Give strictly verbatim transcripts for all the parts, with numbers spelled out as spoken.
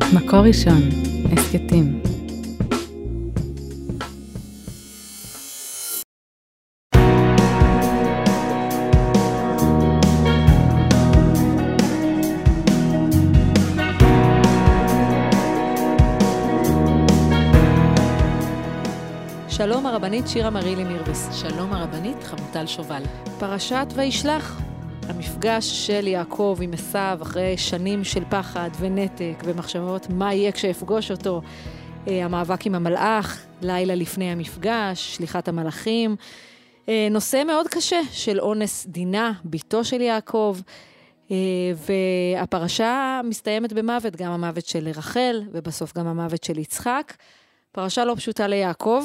מקור ראשון, הסקטים. שלום הרבנית שירה מרילי מירביס. שלום הרבנית חמוטל שובל. פרשת וישלח. המפגש של יעקב עם עשיו אחרי שנים של פחד ונתק ומחשבות מה יהיה כשאפגוש אותו. המאבק עם המלאך, לילה לפני המפגש, שליחת המלאכים. נושא מאוד קשה של אונס דינה, ביתו של יעקב. והפרשה מסתיימת במוות, גם המוות של רחל ובסוף גם המוות של יצחק. פרשה לא פשוטה ליעקב.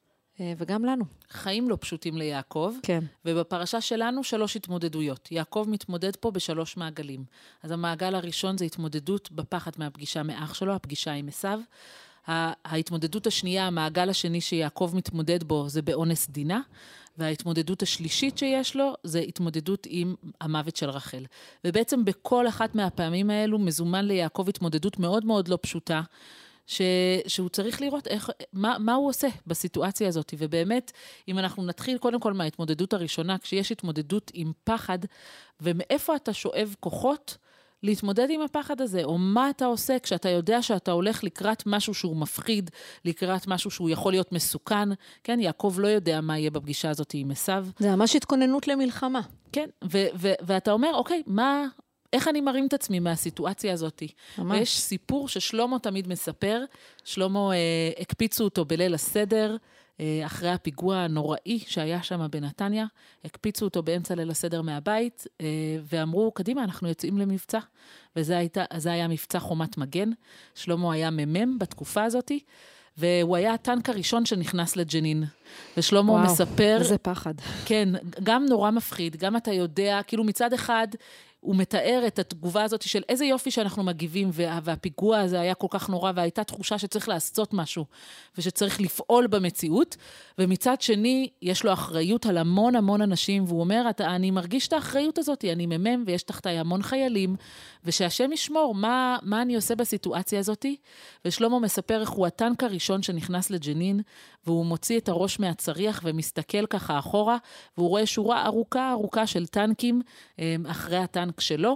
וגם לנו. חיים לא פשוטים ליעקב, כן. ובפרשה שלנו שלוש התמודדויות. יעקב מתמודד פה בשלוש מעגלים. אז המעגל הראשון זה התמודדות בפחד מהפגישה מאח שלו, הפגישה עם עשיו. ההתמודדות השנייה, המעגל השני שיעקב מתמודד בו, זה באונס דינה, וההתמודדות השלישית שיש לו, זה התמודדות עם המוות של רחל. ובעצם בכל אחת מהפעמים האלו, מזומן ליעקב התמודדות מאוד מאוד לא פשוטה, ש, שהוא צריך לראות איך, מה, מה הוא עושה בסיטואציה הזאת. ובאמת, אם אנחנו נתחיל קודם כל מההתמודדות הראשונה, כשיש התמודדות עם פחד, ומאיפה אתה שואב כוחות להתמודד עם הפחד הזה, או מה אתה עושה כשאתה יודע שאתה הולך לקראת משהו שהוא מפחיד, לקראת משהו שהוא יכול להיות מסוכן. כן, יעקב לא יודע מה יהיה בפגישה הזאת עם עשיו. זה ממש התכוננות למלחמה. כן, ו- ו- ואתה אומר, אוקיי, מה... איך אני מרים את עצמי מהסיטואציה הזאת? ממש. ויש סיפור ששלמה תמיד מספר, שלמה אה, הקפיצו אותו בליל הסדר, אה, אחרי הפיגוע הנוראי שהיה שם בנתניה, הקפיצו אותו באמצע ליל הסדר מהבית, אה, ואמרו, קדימה, אנחנו יוצאים למבצע, וזה הייתה, היה מבצע חומת מגן, שלמה היה ממם בתקופה הזאת, והוא היה הטנק הראשון שנכנס לג'נין, ושלמה וואו, מספר... איזה פחד. כן, גם נורא מפחיד, גם אתה יודע, כאילו מצד אחד... הוא מתאר את התגובה הזאת של איזה יופי שאנחנו מגיבים, והפיגוע הזה היה כל כך נורא, והייתה תחושה שצריך לעשות משהו, ושצריך לפעול במציאות, ומצד שני, יש לו אחריות על המון המון אנשים, והוא אומר, אני מרגיש את האחריות הזאת, אני ממם, ויש תחתיי המון חיילים, ושהשם ישמור, מה, מה אני עושה בסיטואציה הזאת? ושלמה מספר איך הוא הטנק הראשון שנכנס לג'נין, והוא מוציא את הראש מהצריח, ומסתכל ככה אחורה, והוא רואה שורה ארוכה ארוכה של טנקים, אחרי הטנק שלו,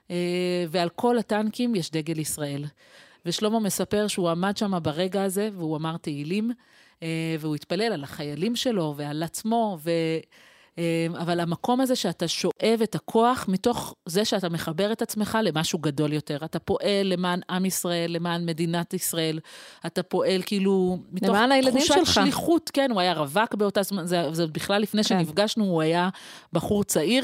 ועל כל הטנקים יש דגל ישראל. ושלמה מספר שהוא עמד שם ברגע הזה, והוא אמר תהילים, והוא התפלל על החיילים שלו ועל עצמו, ו... אבל המקום הזה שאתה שואב את הכוח, מתוך זה שאתה מחבר את עצמך למשהו גדול יותר. אתה פועל למען עם ישראל, למען מדינת ישראל. אתה פועל כאילו, מתוך תחושת שלך. שליחות. כן, הוא היה רווק באותה זמן, זה, זה בכלל לפני כן. שנפגשנו, הוא היה בחור צעיר,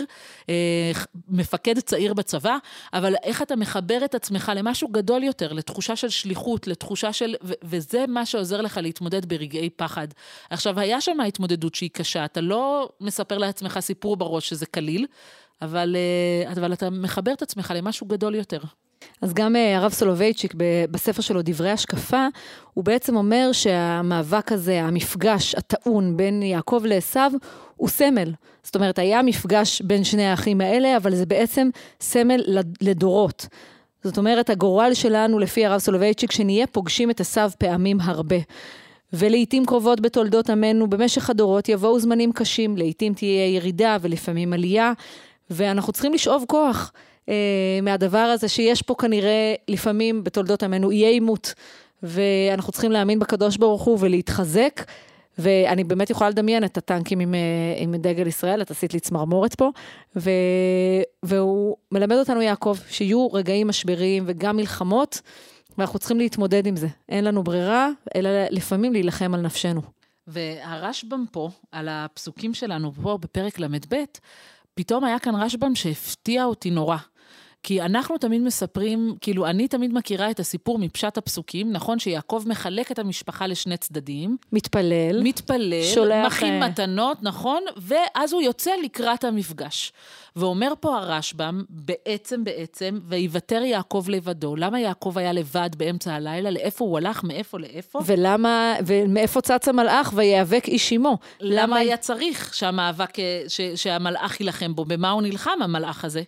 מפקד צעיר בצבא, אבל איך אתה מחבר את עצמך למשהו גדול יותר, לתחושה של שליחות, לתחושה של, ו- וזה מה שעוזר לך להתמודד ברגעי פחד. עכשיו, היה שם ההתמודדות שהיא קשה, אתה לא מספר לעצמך סיפור בראש שזה קליל, אבל, אבל אתה מחבר את עצמך למשהו גדול יותר. אז גם הרב סולובייצ'יק בספר שלו דברי השקפה, הוא בעצם אומר שהמאבק הזה, המפגש הטעון בין יעקב לעשיו, הוא סמל. זאת אומרת, היה מפגש בין שני האחים האלה, אבל זה בעצם סמל לדורות. זאת אומרת, הגורל שלנו לפי הרב סולובייצ'יק, שנהיה פוגשים את עשיו פעמים הרבה. ולעיתים קרובות בתולדות עמנו, במשך הדורות יבואו זמנים קשים, לעיתים תהיה ירידה ולפעמים עלייה, ואנחנו צריכים לשאוב כוח אה, מהדבר הזה, שיש פה כנראה לפעמים בתולדות עמנו יהיה עימות, ואנחנו צריכים להאמין בקדוש ברוך הוא ולהתחזק, ואני באמת יכולה לדמיין את הטנקים עם, עם דגל ישראל, את עשית לי צמרמורת פה, ו, והוא מלמד אותנו יעקב, שיהיו רגעים משבריים וגם מלחמות, ואנחנו צריכים להתמודד עם זה. אין לנו ברירה, אלא לפעמים להילחם על נפשנו. והרשב"ם פה, על הפסוקים שלנו פה בפרק למד ב', פתאום היה כאן רשב"ם שהפתיע אותי נורא. כי אנחנו תמיד מספרים, כאילו אני תמיד מכירה את הסיפור מפשט הפסוקים, נכון שיעקב מחלק את המשפחה לשני צדדים. מתפלל. מתפלל, שולח... מכין מתנות, נכון? ואז הוא יוצא לקראת המפגש. ואומר פה הרשב"ם, בעצם בעצם, ויוותר יעקב לבדו. למה יעקב היה לבד באמצע הלילה? לאיפה הוא הלך? מאיפה לאיפה? ולמה, ומאיפה צץ המלאך ויאבק איש עמו? למה, למה היה צריך שהמאבק, ש, שהמלאך ילחם בו? במה הוא נלחם המלאך הזה?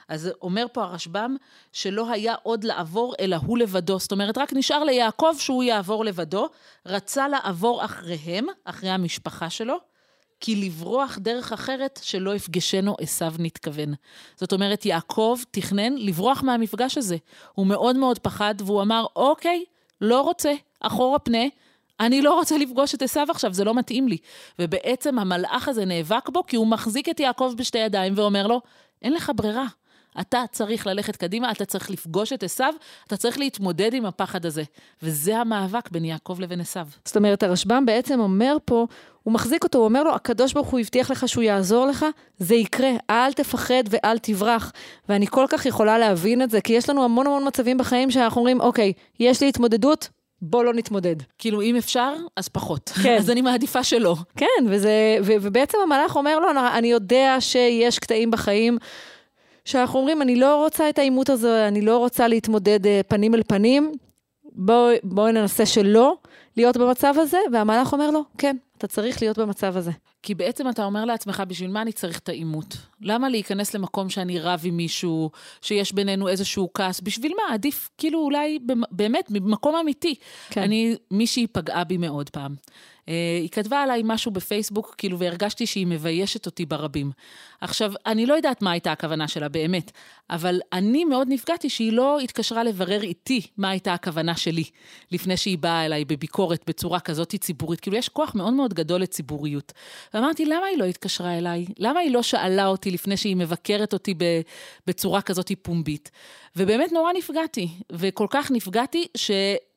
אז אומר פה הרשב"ם שלא היה עוד לעבור אלא הוא לבדו, זאת אומרת רק נשאר ליעקב שהוא יעבור לבדו, רצה לעבור אחריהם, אחרי המשפחה שלו, כי לברוח דרך אחרת שלא יפגשנו עשיו נתכוון. זאת אומרת יעקב תכנן לברוח מהמפגש הזה, הוא מאוד מאוד פחד והוא אמר אוקיי, לא רוצה, אחורה פנה, אני לא רוצה לפגוש את עשיו עכשיו, זה לא מתאים לי. ובעצם המלאך הזה נאבק בו, כי הוא מחזיק את יעקב בשתי ידיים, ואומר לו, אין לך ברירה. אתה צריך ללכת קדימה, אתה צריך לפגוש את עשיו, אתה צריך להתמודד עם הפחד הזה. וזה המאבק בין יעקב לבין עשיו. זאת אומרת, הרשב"ם בעצם אומר פה, הוא מחזיק אותו, הוא אומר לו, הקדוש ברוך הוא הבטיח לך שהוא יעזור לך, זה יקרה, אל תפחד ואל תברח. ואני כל כך יכולה להבין את זה, כי יש לנו המון המון מצבים בחיים שאנחנו אומרים, אוקיי, יש לי התמודדות, בוא לא נתמודד. כאילו, אם אפשר, אז פחות. כן. אז אני מעדיפה שלא. כן, וזה, ו, ובעצם המלאך אומר לו, אני יודע שיש קטעים בחיים, שאנחנו אומרים, אני לא רוצה את האימות הזה, אני לא רוצה להתמודד פנים אל פנים, בואי בוא ננסה שלא להיות במצב הזה, והמלאך אומר לו, כן, אתה צריך להיות במצב הזה. כי בעצם אתה אומר לעצמך, בשביל מה אני צריך את האימות? למה להיכנס למקום שאני רב עם מישהו, שיש בינינו איזשהו כעס? בשביל מה? עדיף, כאילו אולי באמת, במקום אמיתי. כן. אני, מישהי פגעה בי מאוד פעם. היא כתבה עליי משהו בפייסבוק, כאילו, והרגשתי שהיא מביישת אותי ברבים. עכשיו, אני לא יודעת מה הייתה הכוונה שלה, באמת, אבל אני מאוד נפגעתי שהיא לא התקשרה לברר איתי מה הייתה הכוונה שלי, לפני שהיא באה אליי בביקורת בצורה כזאת ציבורית. כאילו, יש כוח מאוד מאוד גדול לציבוריות. ואמרתי, למה היא לא התקשרה אליי? למה היא לא שאלה אותי לפני שהיא מבקרת אותי בצורה כזאת פומבית? ובאמת נורא נפגעתי, וכל כך נפגעתי ש...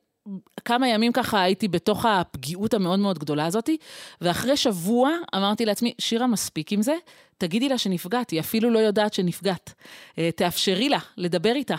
כמה ימים ככה הייתי בתוך הפגיעות המאוד מאוד גדולה הזאת, ואחרי שבוע אמרתי לעצמי, שירה מספיק עם זה, תגידי לה שנפגעתי, אפילו לא יודעת שנפגעת, תאפשרי לה לדבר איתה.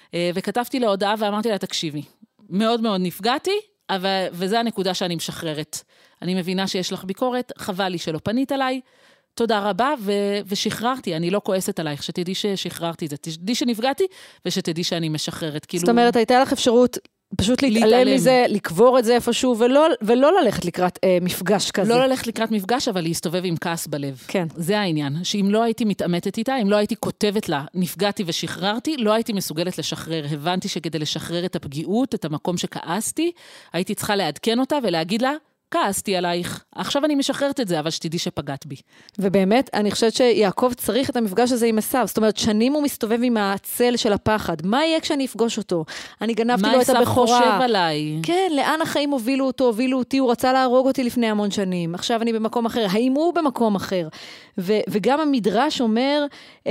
וכתבתי לה הודעה ואמרתי לה, תקשיבי, מאוד מאוד נפגעתי, אבל, וזה הנקודה שאני משחררת. אני מבינה שיש לך ביקורת, חבל לי שלא פנית עליי, תודה רבה, ו- ושחררתי, אני לא כועסת עלייך, שתדעי ששחררתי את זה, תדעי שנפגעתי, ושתדעי שאני משחררת. כאילו... זאת אומרת, הייתה לך אפשרות פשוט להתעלם מזה, לקבור את זה איפשהו, ולא, ולא ללכת לקראת אה, מפגש כזה. לא ללכת לקראת מפגש, אבל להסתובב עם כעס בלב. כן. זה העניין, שאם לא הייתי מתאמתת איתה, אם לא הייתי כותבת לה, נפגעתי ושחררתי, לא הייתי מסוגלת לשחרר. הבנתי שכדי לשחרר את הפגיעות, את המקום שכעסתי, הייתי צריכה לעדכן אותה ולהגיד לה, כעסתי עלייך, עכשיו אני משחררת את זה, אבל שתדעי שפגעת בי. ובאמת, אני חושבת שיעקב צריך את המפגש הזה עם עשיו, זאת אומרת, שנים הוא מסתובב עם הצל של הפחד, מה יהיה כשאני אפגוש אותו? אני גנבתי לו את הבכורה. מה עשיו חושב עליי? כן, לאן החיים הובילו אותו, הובילו אותי, הוא רצה להרוג אותי לפני המון שנים, עכשיו אני במקום אחר, האם הוא במקום אחר? ו- וגם המדרש אומר אה,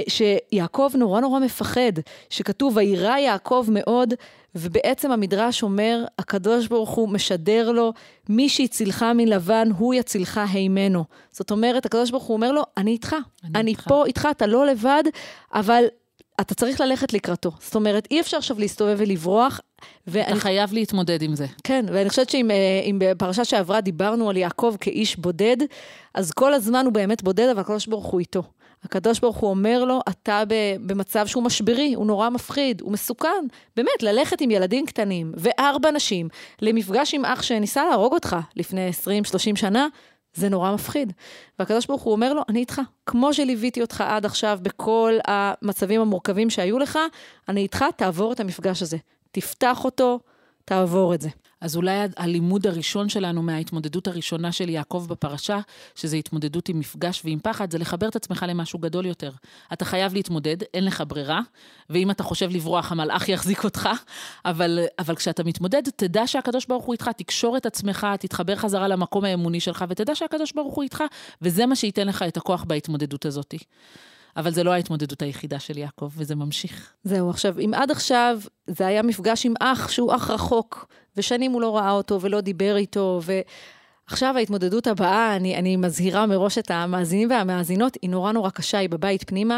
שיעקב נורא נורא מפחד, שכתוב, וירא יעקב מאוד, ובעצם המדרש אומר, הקדוש ברוך הוא משדר לו, מי שיצילך מלבן, הוא יצילך הימנו. זאת אומרת, הקדוש ברוך הוא אומר לו, אני איתך, אני, אני איתך. פה איתך, אתה לא לבד, אבל אתה צריך ללכת לקראתו. זאת אומרת, אי אפשר עכשיו להסתובב ולברוח. ואני... אתה חייב להתמודד עם זה. כן, ואני חושבת שאם אם בפרשה שעברה דיברנו על יעקב כאיש בודד, אז כל הזמן הוא באמת בודד, אבל הקדוש ברוך הוא איתו. הקדוש ברוך הוא אומר לו, אתה במצב שהוא משברי, הוא נורא מפחיד, הוא מסוכן. באמת, ללכת עם ילדים קטנים וארבע נשים, למפגש עם אח שניסה להרוג אותך לפני עשרים שלושים שנה, זה נורא מפחיד. והקדוש ברוך הוא אומר לו, אני איתך. כמו שליוויתי אותך עד עכשיו בכל המצבים המורכבים שהיו לך, אני איתך, תעבור את המפגש הזה. תפתח אותו, תעבור את זה. אז אולי הלימוד הראשון שלנו מההתמודדות הראשונה של יעקב בפרשה, שזה התמודדות עם מפגש ועם פחד, זה לחבר את עצמך למשהו גדול יותר. אתה חייב להתמודד, אין לך ברירה, ואם אתה חושב לברוח, המלאך יחזיק אותך, אבל, אבל כשאתה מתמודד, תדע שהקדוש ברוך הוא איתך, תקשור את עצמך, תתחבר חזרה למקום האמוני שלך, ותדע שהקדוש ברוך הוא איתך, וזה מה שייתן לך את הכוח בהתמודדות הזאת. אבל זה לא ההתמודדות היחידה של יעקב, וזה ממשיך. זהו, עכשיו, אם עד עכשיו זה היה מפגש עם אח, שהוא אח רחוק, ושנים הוא לא ראה אותו ולא דיבר איתו, ועכשיו ההתמודדות הבאה, אני, אני מזהירה מראש את המאזינים והמאזינות, היא נורא נורא קשה, היא בבית פנימה,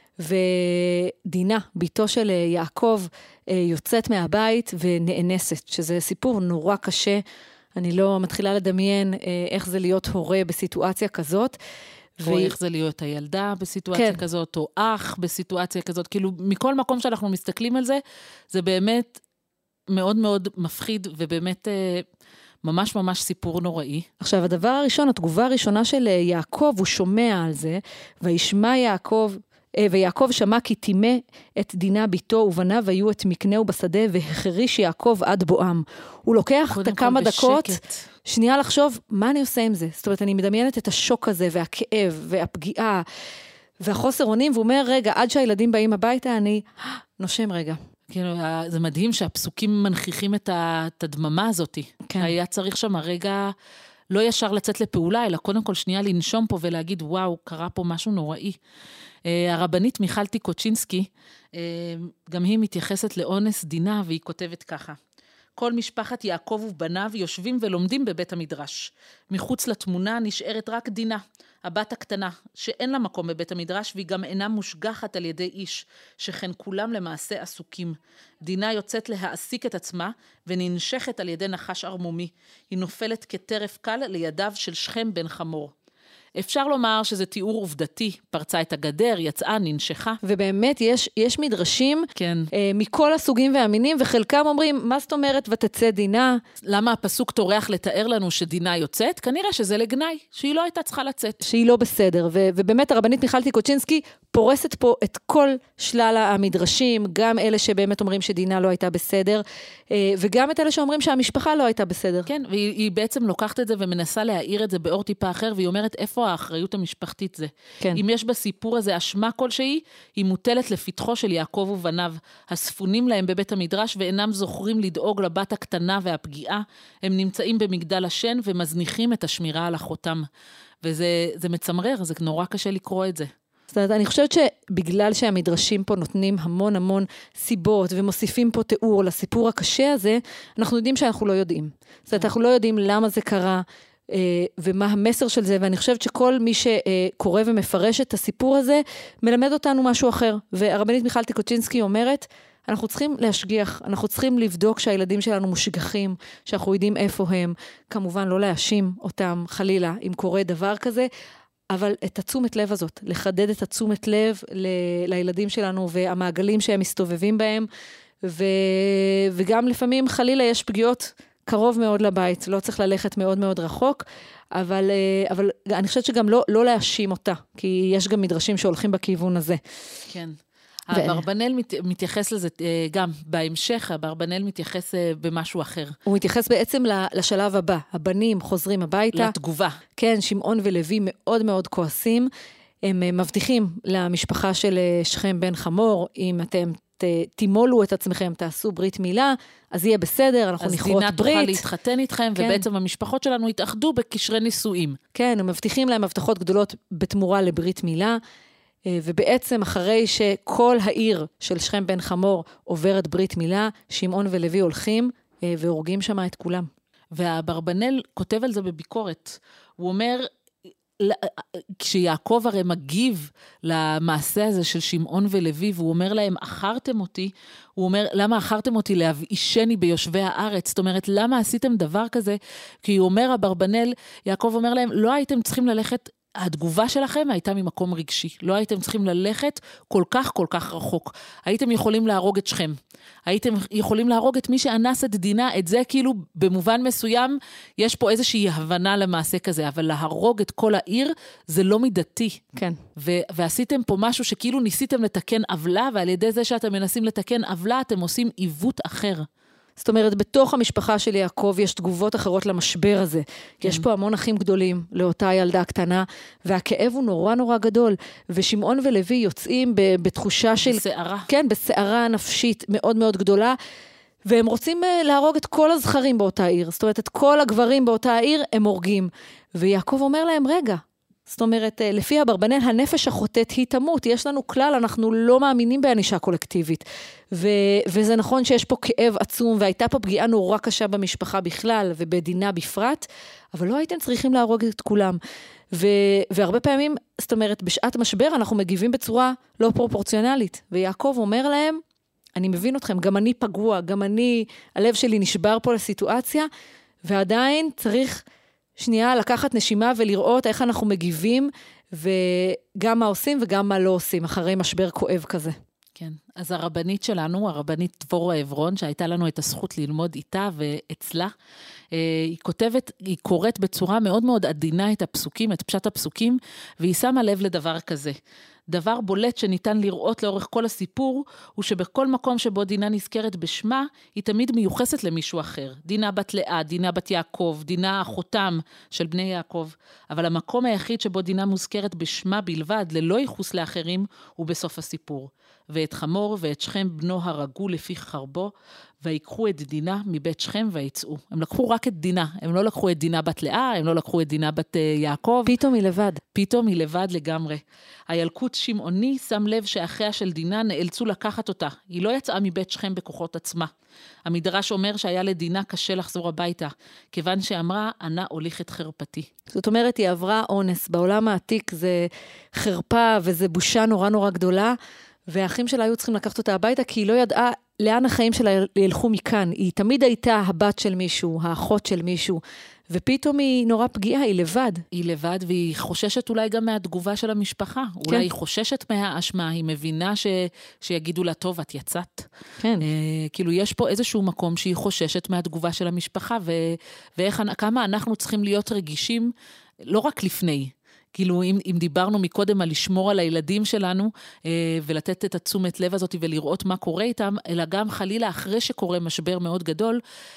ודינה, ביתו של יעקב, יוצאת מהבית ונאנסת, שזה סיפור נורא קשה, אני לא מתחילה לדמיין איך זה להיות הורה בסיטואציה כזאת, או איך זה להיות הילדה בסיטואציה כן. כזאת, או אח בסיטואציה כזאת, כאילו מכל מקום שאנחנו מסתכלים על זה, זה באמת מאוד מאוד מפחיד, ובאמת ממש ממש סיפור נוראי. עכשיו, הדבר הראשון, התגובה הראשונה של יעקב, הוא שומע על זה, וישמע יעקב ויעקב שמע כי תימה את דינה ביתו ובניו היו את מקנהו בשדה, והחריש יעקב עד בואם. הוא לוקח את כמה דקות, שנייה לחשוב, מה אני עושה עם זה? זאת אומרת, אני מדמיינת את השוק הזה, והכאב, והפגיעה, והחוסר אונים, והוא אומר, רגע, עד שהילדים באים הביתה, אני נושם רגע. כאילו, זה מדהים שהפסוקים מנכיחים את הדממה הזאת. כן. היה צריך שם הרגע לא ישר לצאת לפעולה, אלא קודם כל שנייה לנשום פה ולהגיד, וואו, קרה פה משהו נוראי. הרבנית מיכל טיקוצ'ינסקי, גם היא מתייחסת לאונס דינה, והיא כותבת ככה. כל משפחת יעקב ובניו יושבים ולומדים בבית המדרש. מחוץ לתמונה נשארת רק דינה, הבת הקטנה, שאין לה מקום בבית המדרש, והיא גם אינה מושגחת על ידי איש, שכן כולם למעשה עסוקים. דינה יוצאת להעסיק את עצמה, וננשכת על ידי נחש ערמומי. היא נופלת כטרף קל לידיו של שכם בן חמור. אפשר לומר שזה תיאור עובדתי, פרצה את הגדר, יצאה, ננשכה. ובאמת יש, יש מדרשים כן. אה, מכל הסוגים והמינים, וחלקם אומרים, מה זאת אומרת ותצא דינה? למה הפסוק טורח לתאר לנו שדינה יוצאת? כנראה שזה לגנאי, שהיא לא הייתה צריכה לצאת. שהיא לא בסדר, ו- ובאמת הרבנית מיכל טיקוצ'ינסקי פורסת פה את כל שלל המדרשים, גם אלה שבאמת אומרים שדינה לא הייתה בסדר, אה, וגם את אלה שאומרים שהמשפחה לא הייתה בסדר. כן, והיא בעצם לוקחת את זה ומנסה להעיר את זה באור טיפה אחר, והיא אומרת איפה האחריות המשפחתית זה. כן. אם יש בסיפור הזה אשמה כלשהי, היא מוטלת לפתחו של יעקב ובניו, הספונים להם בבית המדרש, ואינם זוכרים לדאוג לבת הקטנה והפגיעה, הם נמצאים במגדל השן ומזניחים את השמירה על אחותם. וזה זה מצמרר, זה נורא קשה לקרוא את זה. זאת אומרת, אני חושבת שבגלל שהמדרשים פה נותנים המון המון סיבות, ומוסיפים פה תיאור לסיפור הקשה הזה, אנחנו יודעים שאנחנו לא יודעים. זאת אומרת, אנחנו לא יודעים למה זה קרה, ומה המסר של זה, ואני חושבת שכל מי שקורא ומפרש את הסיפור הזה, מלמד אותנו משהו אחר. והרבנית מיכל טיקוצ'ינסקי אומרת, אנחנו צריכים להשגיח, אנחנו צריכים לבדוק שהילדים שלנו מושגחים, שאנחנו יודעים איפה הם, כמובן לא להאשים אותם חלילה, אם קורה דבר כזה, אבל את התשומת לב הזאת, לחדד את התשומת לב ל- לילדים שלנו, והמעגלים שהם מסתובבים בהם, ו- וגם לפעמים חלילה יש פגיעות קרוב מאוד לבית, לא צריך ללכת מאוד מאוד רחוק, אבל, אבל אני חושבת שגם לא, לא להאשים אותה, כי יש גם מדרשים שהולכים בכיוון הזה. כן. הברבנל מת, מתייחס לזה גם בהמשך, הברבנל מתייחס במשהו אחר. הוא מתייחס בעצם לשלב הבא, הבנים חוזרים הביתה. לתגובה. כן, שמעון ולוי מאוד מאוד כועסים, הם מבטיחים למשפחה של שכם בן חמור, אם אתם תימולו את עצמכם, תעשו ברית מילה, אז יהיה בסדר, אנחנו נכרות ברית. אז דינה תוכל להתחתן איתכם, כן. ובעצם המשפחות שלנו יתאחדו בקשרי נישואים. כן, הם מבטיחים להם הבטחות גדולות בתמורה לברית מילה, ובעצם אחרי שכל העיר של שכם בן חמור עוברת ברית מילה, שמעון ולוי הולכים והורגים שם את כולם. והברבנל כותב על זה בביקורת. הוא אומר, כשיעקב הרי מגיב למעשה הזה של שמעון ולוי, והוא אומר להם, אחרתם אותי, הוא אומר, למה אחרתם אותי להבאישני ביושבי הארץ? זאת אומרת, למה עשיתם דבר כזה? כי הוא אומר, הברבנל, יעקב אומר להם, לא הייתם צריכים ללכת, התגובה שלכם הייתה ממקום רגשי. לא הייתם צריכים ללכת כל כך כל כך רחוק. הייתם יכולים להרוג את שכם. הייתם יכולים להרוג את מי שאנס את דינה. את זה כאילו במובן מסוים יש פה איזושהי הבנה למעשה כזה, אבל להרוג את כל העיר זה לא מידתי. כן. ו- ועשיתם פה משהו שכאילו ניסיתם לתקן עוולה, ועל ידי זה שאתם מנסים לתקן עוולה, אתם עושים עיוות אחר. זאת אומרת, בתוך המשפחה של יעקב יש תגובות אחרות למשבר הזה. כן. יש פה המון אחים גדולים לאותה ילדה קטנה, והכאב הוא נורא נורא גדול. ושמעון ולוי יוצאים בתחושה של... בסערה. כן, בסערה נפשית מאוד מאוד גדולה, והם רוצים להרוג את כל הזכרים באותה עיר. זאת אומרת, את כל הגברים באותה עיר הם הורגים. ויעקב אומר להם, רגע, זאת אומרת, לפי הברבנל, הנפש החוטאת היא תמות. יש לנו כלל, אנחנו לא מאמינים בענישה קולקטיבית. ו- וזה נכון שיש פה כאב עצום, והייתה פה פגיעה נורא קשה במשפחה בכלל, ובדינה בפרט, אבל לא הייתם צריכים להרוג את כולם. ו- והרבה פעמים, זאת אומרת, בשעת משבר אנחנו מגיבים בצורה לא פרופורציונלית. ויעקב אומר להם, אני מבין אתכם, גם אני פגוע, גם אני, הלב שלי נשבר פה לסיטואציה, ועדיין צריך... שנייה, לקחת נשימה ולראות איך אנחנו מגיבים, וגם מה עושים וגם מה לא עושים, אחרי משבר כואב כזה. כן, אז הרבנית שלנו, הרבנית דבורה עברון, שהייתה לנו את הזכות ללמוד איתה ואצלה, היא כותבת, היא קוראת בצורה מאוד מאוד עדינה את הפסוקים, את פשט הפסוקים, והיא שמה לב לדבר כזה. דבר בולט שניתן לראות לאורך כל הסיפור, הוא שבכל מקום שבו דינה נזכרת בשמה, היא תמיד מיוחסת למישהו אחר. דינה בת לאה, דינה בת יעקב, דינה אחותם של בני יעקב. אבל המקום היחיד שבו דינה מוזכרת בשמה בלבד, ללא ייחוס לאחרים, הוא בסוף הסיפור. ואת חמור ואת שכם בנו הרגו לפי חרבו, ויקחו את דינה מבית שכם ויצאו. הם לקחו רק את דינה, הם לא לקחו את דינה בת לאה, הם לא לקחו את דינה בת יעקב. פתאום היא לבד. פתאום היא לבד לגמרי. הילקוט שמעוני שם לב שאחיה של דינה נאלצו לקחת אותה. היא לא יצאה מבית שכם בכוחות עצמה. המדרש אומר שהיה לדינה קשה לחזור הביתה, כיוון שאמרה, אנא הוליך את חרפתי. זאת אומרת, היא עברה אונס. בעולם העתיק זה חרפה וזה בושה נורא נורא גדולה, והאחים שלה היו צריכים לקחת אותה הביתה, כי היא לא ידעה לאן החיים שלה ילכו מכאן. היא תמיד הייתה הבת של מישהו, האחות של מישהו, ופתאום היא נורא פגיעה, היא לבד. היא לבד, והיא חוששת אולי גם מהתגובה של המשפחה. כן. אולי היא חוששת מהאשמה, היא מבינה ש... שיגידו לה, טוב, את יצאת. כן. אה, כאילו, יש פה איזשהו מקום שהיא חוששת מהתגובה של המשפחה, ו... ואיך, כמה אנחנו צריכים להיות רגישים, לא רק לפני, כאילו, אם, אם דיברנו מקודם על לשמור על הילדים שלנו, אה, ולתת את התשומת לב הזאת ולראות מה קורה איתם, אלא גם חלילה אחרי שקורה משבר מאוד גדול,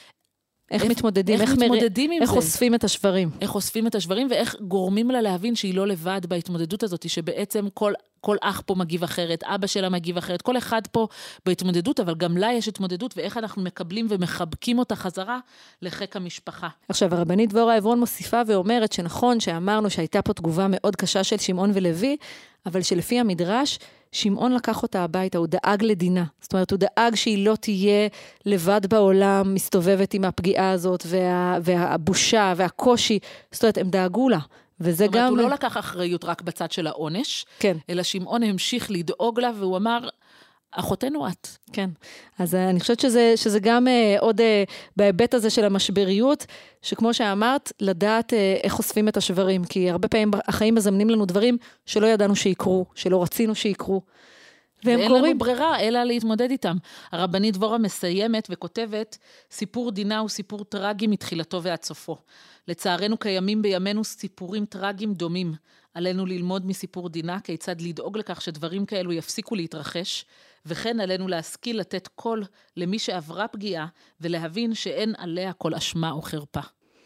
איך, איך מתמודדים, איך, איך, מתמודדים מר... עם איך זה? חושפים את השברים. איך חושפים את השברים, ואיך גורמים לה להבין שהיא לא לבד בהתמודדות הזאת, שבעצם כל, כל אח פה מגיב אחרת, אבא שלה מגיב אחרת, כל אחד פה בהתמודדות, אבל גם לה יש התמודדות, ואיך אנחנו מקבלים ומחבקים אותה חזרה לחיק המשפחה. עכשיו, הרבנית דבורה עברון מוסיפה ואומרת שנכון שאמרנו שהייתה פה תגובה מאוד קשה של שמעון ולוי, אבל שלפי המדרש, שמעון לקח אותה הביתה, הוא דאג לדינה. זאת אומרת, הוא דאג שהיא לא תהיה לבד בעולם, מסתובבת עם הפגיעה הזאת, וה, והבושה והקושי. זאת אומרת, הם דאגו לה. וזה זאת אומרת, גם... הוא לא לקח אחריות רק בצד של העונש, כן. אלא שמעון המשיך לדאוג לה, והוא אמר, אחותנו את. כן, אז אני חושבת שזה, שזה גם uh, עוד uh, בהיבט הזה של המשבריות, שכמו שאמרת, לדעת uh, איך חושפים את השברים, כי הרבה פעמים החיים מזמנים לנו דברים שלא ידענו שיקרו, שלא רצינו שיקרו. והם ואין קוראים. לנו ברירה, אלא להתמודד איתם. הרבנית דבורה מסיימת וכותבת, סיפור דינה הוא סיפור טרגי מתחילתו ועד סופו. לצערנו קיימים בימינו סיפורים טרגיים דומים. עלינו ללמוד מסיפור דינה, כיצד לדאוג לכך שדברים כאלו יפסיקו להתרחש, וכן עלינו להשכיל לתת קול למי שעברה פגיעה, ולהבין שאין עליה כל אשמה או חרפה.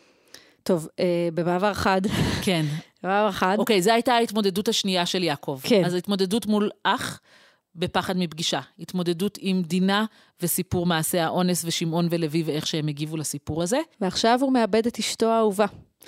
טוב, אה, במעבר חד. כן. במעבר חד. אוקיי, זו הייתה ההתמודדות השנייה של יעקב. כן. אז ההתמודדות מול אח, בפחד מפגישה. התמודדות עם דינה וסיפור מעשה האונס ושמעון ולוי ואיך שהם הגיבו לסיפור הזה. ועכשיו הוא מאבד את אשתו האהובה.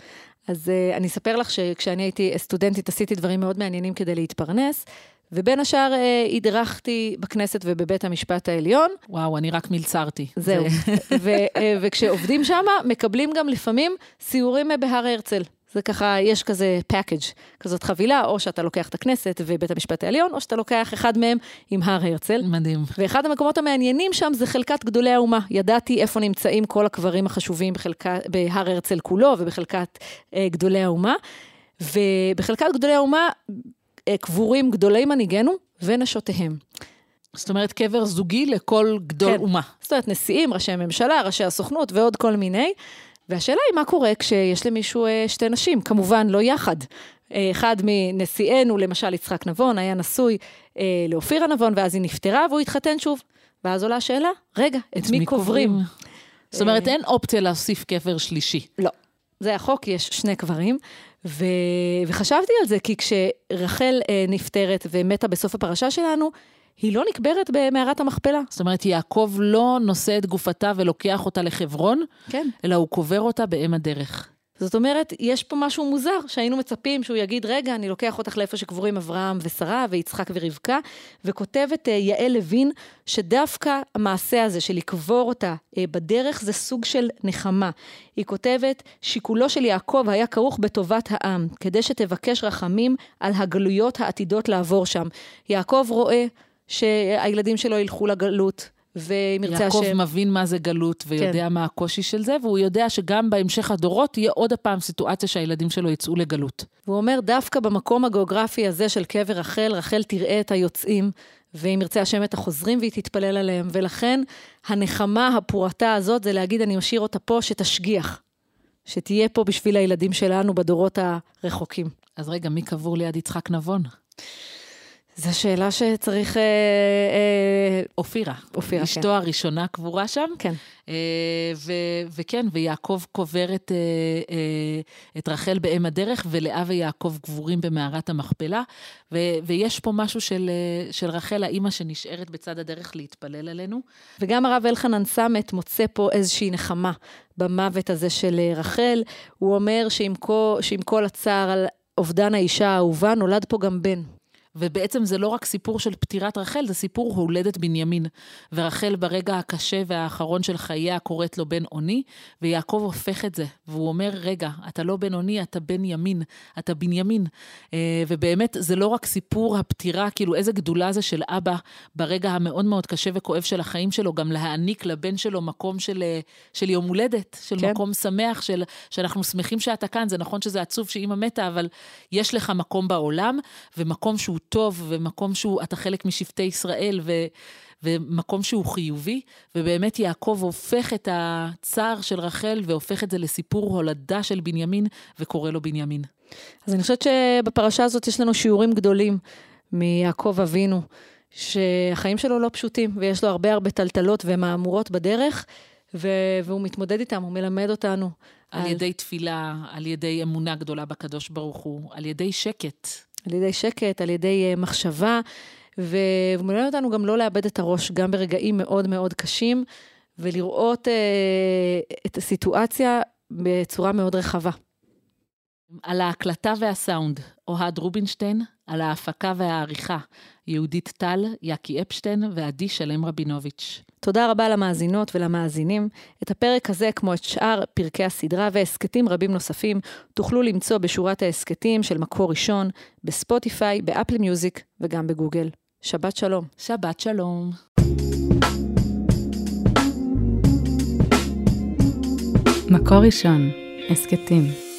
אז uh, אני אספר לך שכשאני הייתי סטודנטית עשיתי דברים מאוד מעניינים כדי להתפרנס, ובין השאר uh, הדרכתי בכנסת ובבית המשפט העליון. וואו, אני רק מלצרתי. זהו. ו- uh, וכשעובדים שם מקבלים גם לפעמים סיורים בהר הרצל. זה ככה, יש כזה package, כזאת חבילה, או שאתה לוקח את הכנסת ובית המשפט העליון, או שאתה לוקח אחד מהם עם הר הרצל. מדהים. ואחד המקומות המעניינים שם זה חלקת גדולי האומה. ידעתי איפה נמצאים כל הקברים החשובים בחלקה, בהר הרצל כולו ובחלקת אה, גדולי האומה. ובחלקת גדולי האומה אה, קבורים גדולי מנהיגנו ונשותיהם. זאת אומרת, קבר זוגי לכל גדול כן. אומה. זאת אומרת, נשיאים, ראשי הממשלה, ראשי הסוכנות ועוד כל מיני. והשאלה היא מה קורה כשיש למישהו שתי נשים, כמובן לא יחד. אחד מנשיאנו, למשל יצחק נבון, היה נשוי לאופירה נבון, ואז היא נפטרה והוא התחתן שוב. ואז עולה השאלה, רגע, את מי קוברים? זאת אומרת, אין אופציה להוסיף קבר שלישי. לא, זה החוק, יש שני קברים, ו... וחשבתי על זה, כי כשרחל נפטרת ומתה בסוף הפרשה שלנו, היא לא נקברת במערת המכפלה. זאת אומרת, יעקב לא נושא את גופתה ולוקח אותה לחברון, כן. אלא הוא קובר אותה באם הדרך. זאת אומרת, יש פה משהו מוזר, שהיינו מצפים שהוא יגיד, רגע, אני לוקח אותך לאיפה שקבורים אברהם ושרה, ויצחק ורבקה, וכותבת יעל לוין, שדווקא המעשה הזה של לקבור אותה בדרך, זה סוג של נחמה. היא כותבת, שיקולו של יעקב היה כרוך בטובת העם, כדי שתבקש רחמים על הגלויות העתידות לעבור שם. יעקב רואה שהילדים שלו ילכו לגלות, ומרצה יעקב השם. מבין מה זה גלות, ויודע כן. מה הקושי של זה, והוא יודע שגם בהמשך הדורות, תהיה עוד הפעם סיטואציה שהילדים שלו יצאו לגלות. והוא אומר, דווקא במקום הגיאוגרפי הזה של קבר רחל, רחל תראה את היוצאים, ואם ירצה השם את החוזרים והיא תתפלל עליהם, ולכן הנחמה הפורתה הזאת זה להגיד אני משאיר אותה פה שתשגיח, שתהיה פה בשביל הילדים שלנו בדורות הרחוקים. אז רגע, מי קבור ליד יצחק נבון? זו שאלה שצריך... אה, אה, אופירה. אופירה, אשתו כן. הראשונה קבורה שם. כן. אה, ו- וכן, ויעקב קובר את, אה, אה, את רחל באם הדרך, ולאה ויעקב קבורים במערת המכפלה, ו- ויש פה משהו של, של רחל, האמא שנשארת בצד הדרך להתפלל עלינו. וגם הרב אלחנן סמט מוצא פה איזושהי נחמה במוות הזה של רחל. הוא אומר שעם כל, שעם כל הצער על אובדן האישה האהובה, נולד פה גם בן. ובעצם זה לא רק סיפור של פטירת רחל, זה סיפור הולדת בנימין. ורחל ברגע הקשה והאחרון של חייה קוראת לו בן עוני, ויעקב הופך את זה. והוא אומר, רגע, אתה לא בן עוני, אתה בן ימין, אתה בנימין. ובאמת זה לא רק סיפור הפטירה, כאילו איזה גדולה זה של אבא, ברגע המאוד מאוד קשה וכואב של החיים שלו, גם להעניק לבן שלו מקום של, של יום הולדת, של כן. מקום שמח, של, שאנחנו שמחים שאתה כאן. זה נכון שזה עצוב שאמא מתה, אבל יש לך מקום בעולם, ומקום שהוא טוב, ומקום שהוא, אתה חלק משבטי ישראל, ו, ומקום שהוא חיובי, ובאמת יעקב הופך את הצער של רחל, והופך את זה לסיפור הולדה של בנימין, וקורא לו בנימין. אז אני חושבת שבפרשה הזאת יש לנו שיעורים גדולים, מיעקב אבינו, שהחיים שלו לא פשוטים, ויש לו הרבה הרבה טלטלות ומאמורות בדרך, והוא מתמודד איתם, הוא מלמד אותנו. על, על ידי תפילה, על ידי אמונה גדולה בקדוש ברוך הוא, על ידי שקט. על ידי שקט, על ידי מחשבה, והוא מלמד אותנו גם לא לאבד את הראש, גם ברגעים מאוד מאוד קשים, ולראות את הסיטואציה בצורה מאוד רחבה. על ההקלטה והסאונד, אוהד רובינשטיין, על ההפקה והעריכה, יהודית טל, יקי אפשטיין ועדי שלם רבינוביץ'. תודה רבה למאזינות ולמאזינים. את הפרק הזה, כמו את שאר פרקי הסדרה והסקטים רבים נוספים, תוכלו למצוא בשורת ההסקטים של מקור ראשון, בספוטיפיי, באפל מיוזיק וגם בגוגל. שבת שלום. שבת שלום. מקור ראשון, הסקטים.